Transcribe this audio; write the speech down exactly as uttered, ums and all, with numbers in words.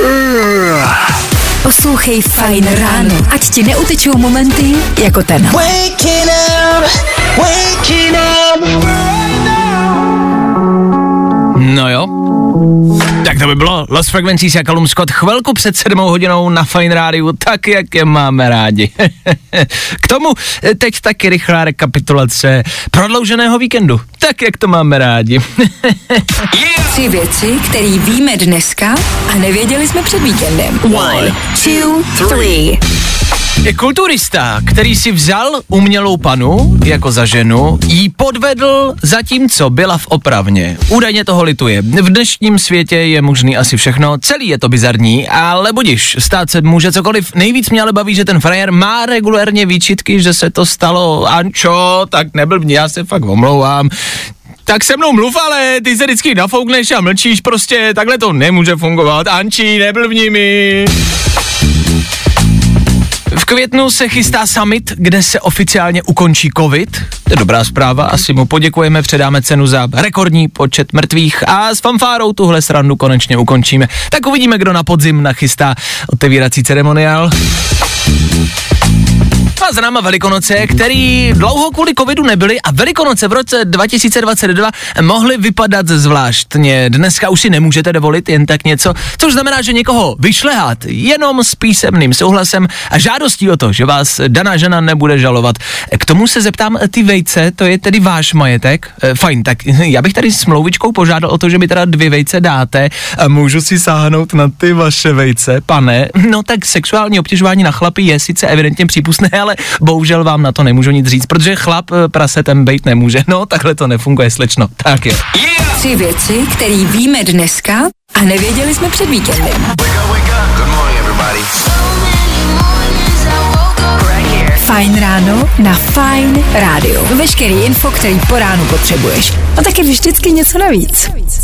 Poslouchej Fajn ráno, ať ti neutečou momenty jako ten. Waking up, waking up. No jo, tak to by bylo Lost Frequencies a Callum Scott chvilku před sedmou hodinou na Fajn rádiu, tak jak je máme rádi. K tomu teď taky rychlá rekapitulace prodlouženého víkendu, tak jak to máme rádi. Tři věci, které víme dneska a nevěděli jsme před víkendem. One, two, three. Je kulturista, který si vzal umělou panu jako za ženu, jí podvedl zatímco byla v opravně. Údajně toho lituje. V dnešním světě je možný asi všechno, celý je to bizarní, ale budiš, stát se může cokoliv. Nejvíc mě ale baví, že ten frajer má regulérně výčitky, že se to stalo. Ančo, tak neblbni, já se fakt omlouvám. Tak se mnou mluv, ale ty se vždycky nafoukneš a mlčíš, prostě takhle to nemůže fungovat. Anči, neblbni mi. V květnu se chystá summit, kde se oficiálně ukončí covid. To je dobrá zpráva, asi mu poděkujeme, předáme cenu za rekordní počet mrtvých a s fanfárou tuhle srandu konečně ukončíme. Tak uvidíme, kdo na podzim nachystá otevírací ceremoniál. A za náma Velikonoce, který dlouho kvůli covidu nebyly a Velikonoce v roce dva tisíce dvacet dva mohly vypadat zvláštně. Dneska už si nemůžete dovolit jen tak něco, což znamená, že někoho vyšlehat jenom s písemným souhlasem a žádostí o to, že vás daná žena nebude žalovat. K tomu se zeptám, ty vejce, to je tedy váš majetek? E, fajn, tak já bych tady s mlouvičkou požádal o to, že mi teda dvě vejce dáte a můžu si sáhnout na ty vaše vejce, pane? No tak sexuální obtěžování na chlapy je sice evidentně přípustné, ale bohužel vám na to nemůžu nic říct, protože chlap prasetem bejt nemůže. No, takhle to nefunguje, slečno. Tak jo. Yeah! Tři věci, které víme dneska a nevěděli jsme před víkendem. Fajn ráno na Fajn rádiu. Veškerý info, který po ránu potřebuješ. A taky vždycky něco navíc.